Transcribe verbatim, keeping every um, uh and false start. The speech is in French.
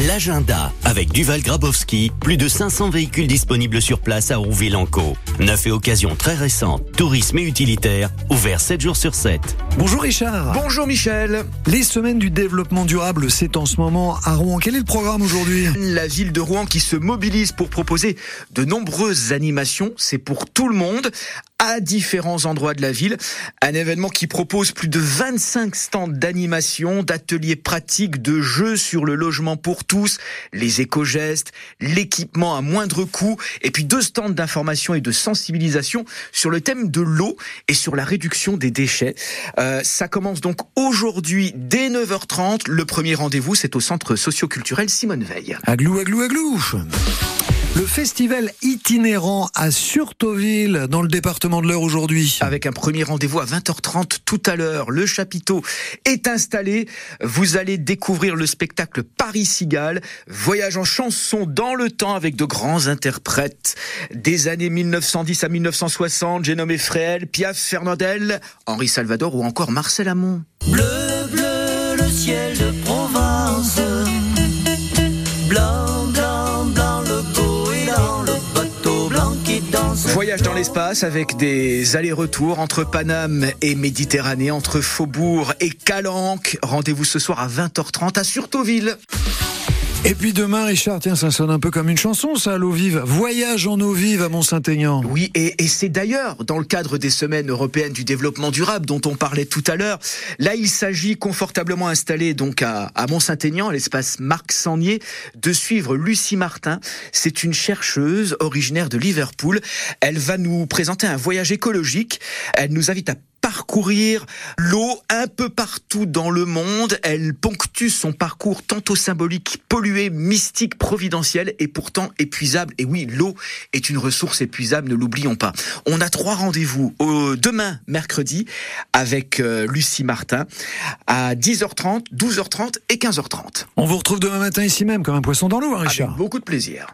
L'agenda avec Duval Grabowski, plus de cinq cents véhicules disponibles sur place à Rouville-en-Caux. Neuf et occasions très récentes, tourisme et utilitaire, ouvert sept jours sur sept. Bonjour Richard. Bonjour Michel. Les semaines du développement durable, c'est en ce moment à Rouen. Quel est le programme aujourd'hui ? La ville de Rouen qui se mobilise pour proposer de nombreuses animations, c'est pour tout le monde, à différents endroits de la ville. Un événement qui propose plus de vingt-cinq stands d'animation, d'ateliers pratiques, de jeux sur le logement pour tous, les éco-gestes, l'équipement à moindre coût, et puis deux stands d'information et de sensibilisation sur le thème de l'eau et sur la réduction des déchets. Euh, ça commence donc aujourd'hui dès neuf heures trente. Le premier rendez-vous, c'est au centre socio-culturel Simone Veil. Aglou, aglou, aglou. Le festival itinérant à Surtauville, dans le département de l'Eure aujourd'hui. Avec un premier rendez-vous à vingt heures trente tout à l'heure. Le chapiteau est installé. Vous allez découvrir le spectacle Paris Cigale. Voyage en chanson dans le temps avec de grands interprètes. Des années mille neuf cent dix à mille neuf cent soixante, j'ai nommé Fréhel, Piaf, Fernandel, Henri Salvador ou encore Marcel Amont. Bleu, bleu, le ciel de Provence. Blanc. Voyage dans l'espace avec des allers-retours entre Paname et Méditerranée, entre Faubourg et Calanque. Rendez-vous ce soir à vingt heures trente à Surtauville. Et puis demain, Richard, tiens, ça sonne un peu comme une chanson, ça, à l'eau vive. Voyage en eau vive à Mont-Saint-Aignan. Oui, et, et c'est d'ailleurs dans le cadre des semaines européennes du développement durable dont on parlait tout à l'heure. Là, il s'agit, confortablement installé donc à, à Mont-Saint-Aignan, à l'espace Marc Sangnier, de suivre Lucie Martin. C'est une chercheuse originaire de Liverpool. Elle va nous présenter un voyage écologique. Elle nous invite à parcourir l'eau un peu partout dans le monde. Elle ponctue son parcours tantôt symbolique, pollué, mystique, providentiel et pourtant épuisable. Et oui, l'eau est une ressource épuisable, ne l'oublions pas. On a trois rendez-vous euh, demain, mercredi, avec euh, Lucie Martin à dix heures trente, douze heures trente et quinze heures trente. On vous retrouve demain matin ici même comme un poisson dans l'eau, hein, Richard. Avec beaucoup de plaisir.